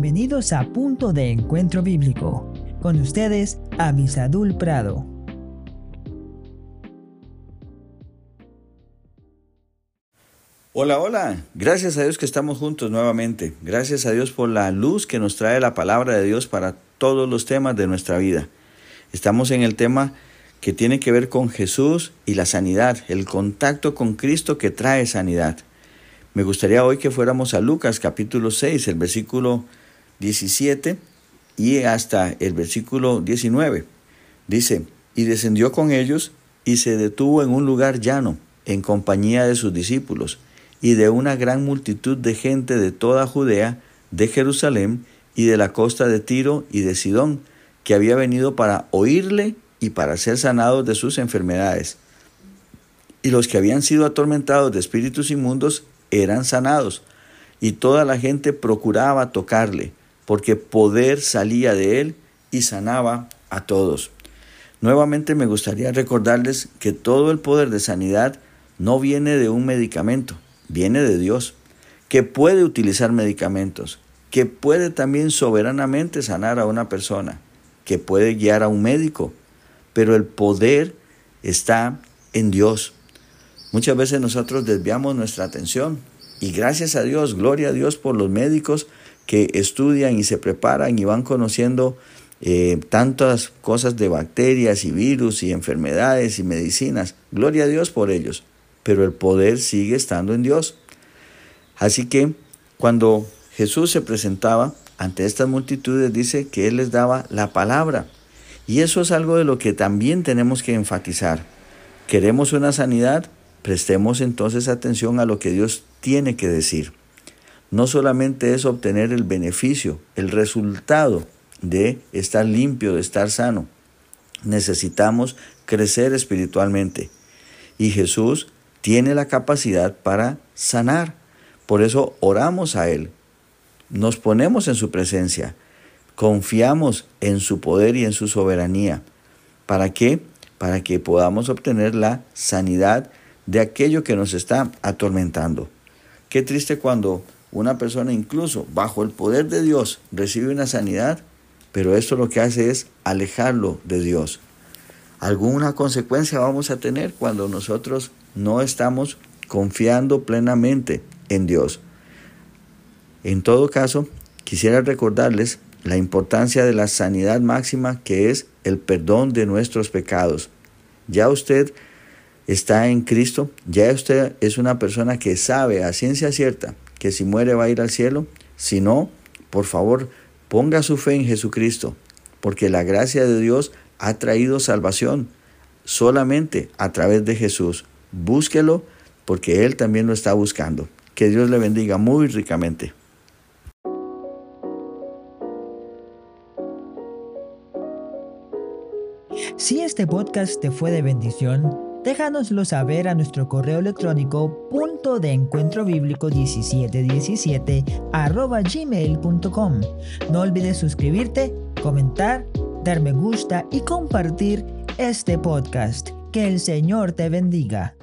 Bienvenidos a Punto de Encuentro Bíblico. Con ustedes, Abisadul Prado. Hola, gracias a Dios que estamos juntos nuevamente. Gracias a Dios por la luz que nos trae la palabra de Dios para todos los temas de nuestra vida. Estamos en el tema que tiene que ver con Jesús y la sanidad, el contacto con Cristo que trae sanidad. Me gustaría hoy que fuéramos a Lucas capítulo 6, el versículo 17 y hasta el versículo 19. Dice, y descendió con ellos y se detuvo en un lugar llano, en compañía de sus discípulos, y de una gran multitud de gente de toda Judea, de Jerusalén y de la costa de Tiro y de Sidón, que había venido para oírle y para ser sanados de sus enfermedades. Y los que habían sido atormentados de espíritus inmundos eran sanados, y toda la gente procuraba tocarle, porque poder salía de él y sanaba a todos. Nuevamente me gustaría recordarles que todo el poder de sanidad no viene de un medicamento, viene de Dios, que puede utilizar medicamentos, que puede también soberanamente sanar a una persona, que puede guiar a un médico, pero el poder está en Dios. Muchas veces nosotros desviamos nuestra atención y gracias a Dios, gloria a Dios por los médicos que estudian y se preparan y van conociendo tantas cosas de bacterias y virus y enfermedades y medicinas. Gloria a Dios por ellos, pero el poder sigue estando en Dios. Así que cuando Jesús se presentaba ante estas multitudes, dice que Él les daba la palabra. Y eso es algo de lo que también tenemos que enfatizar. ¿Queremos una sanidad? Prestemos entonces atención a lo que Dios tiene que decir. No solamente es obtener el beneficio, el resultado de estar limpio, de estar sano. Necesitamos crecer espiritualmente. Y Jesús tiene la capacidad para sanar. Por eso oramos a Él. Nos ponemos en su presencia. Confiamos en su poder y en su soberanía. ¿Para qué? Para que podamos obtener la sanidad de aquello que nos está atormentando. Qué triste cuando una persona incluso bajo el poder de Dios recibe una sanidad, pero esto lo que hace es alejarlo de Dios. ¿Alguna consecuencia vamos a tener cuando nosotros no estamos confiando plenamente en Dios? En todo caso, quisiera recordarles la importancia de la sanidad máxima, que es el perdón de nuestros pecados. Ya usted está en Cristo, ya usted es una persona que sabe a ciencia cierta que si muere va a ir al cielo. Si no, por favor, ponga su fe en Jesucristo, porque la gracia de Dios ha traído salvación solamente a través de Jesús. Búsquelo, porque Él también lo está buscando. Que Dios le bendiga muy ricamente. Si este podcast te fue de bendición, déjanoslo saber a nuestro correo electrónico puntodeencuentrobiblico1717@gmail.com. No olvides suscribirte, comentar, dar me gusta y compartir este podcast. Que el Señor te bendiga.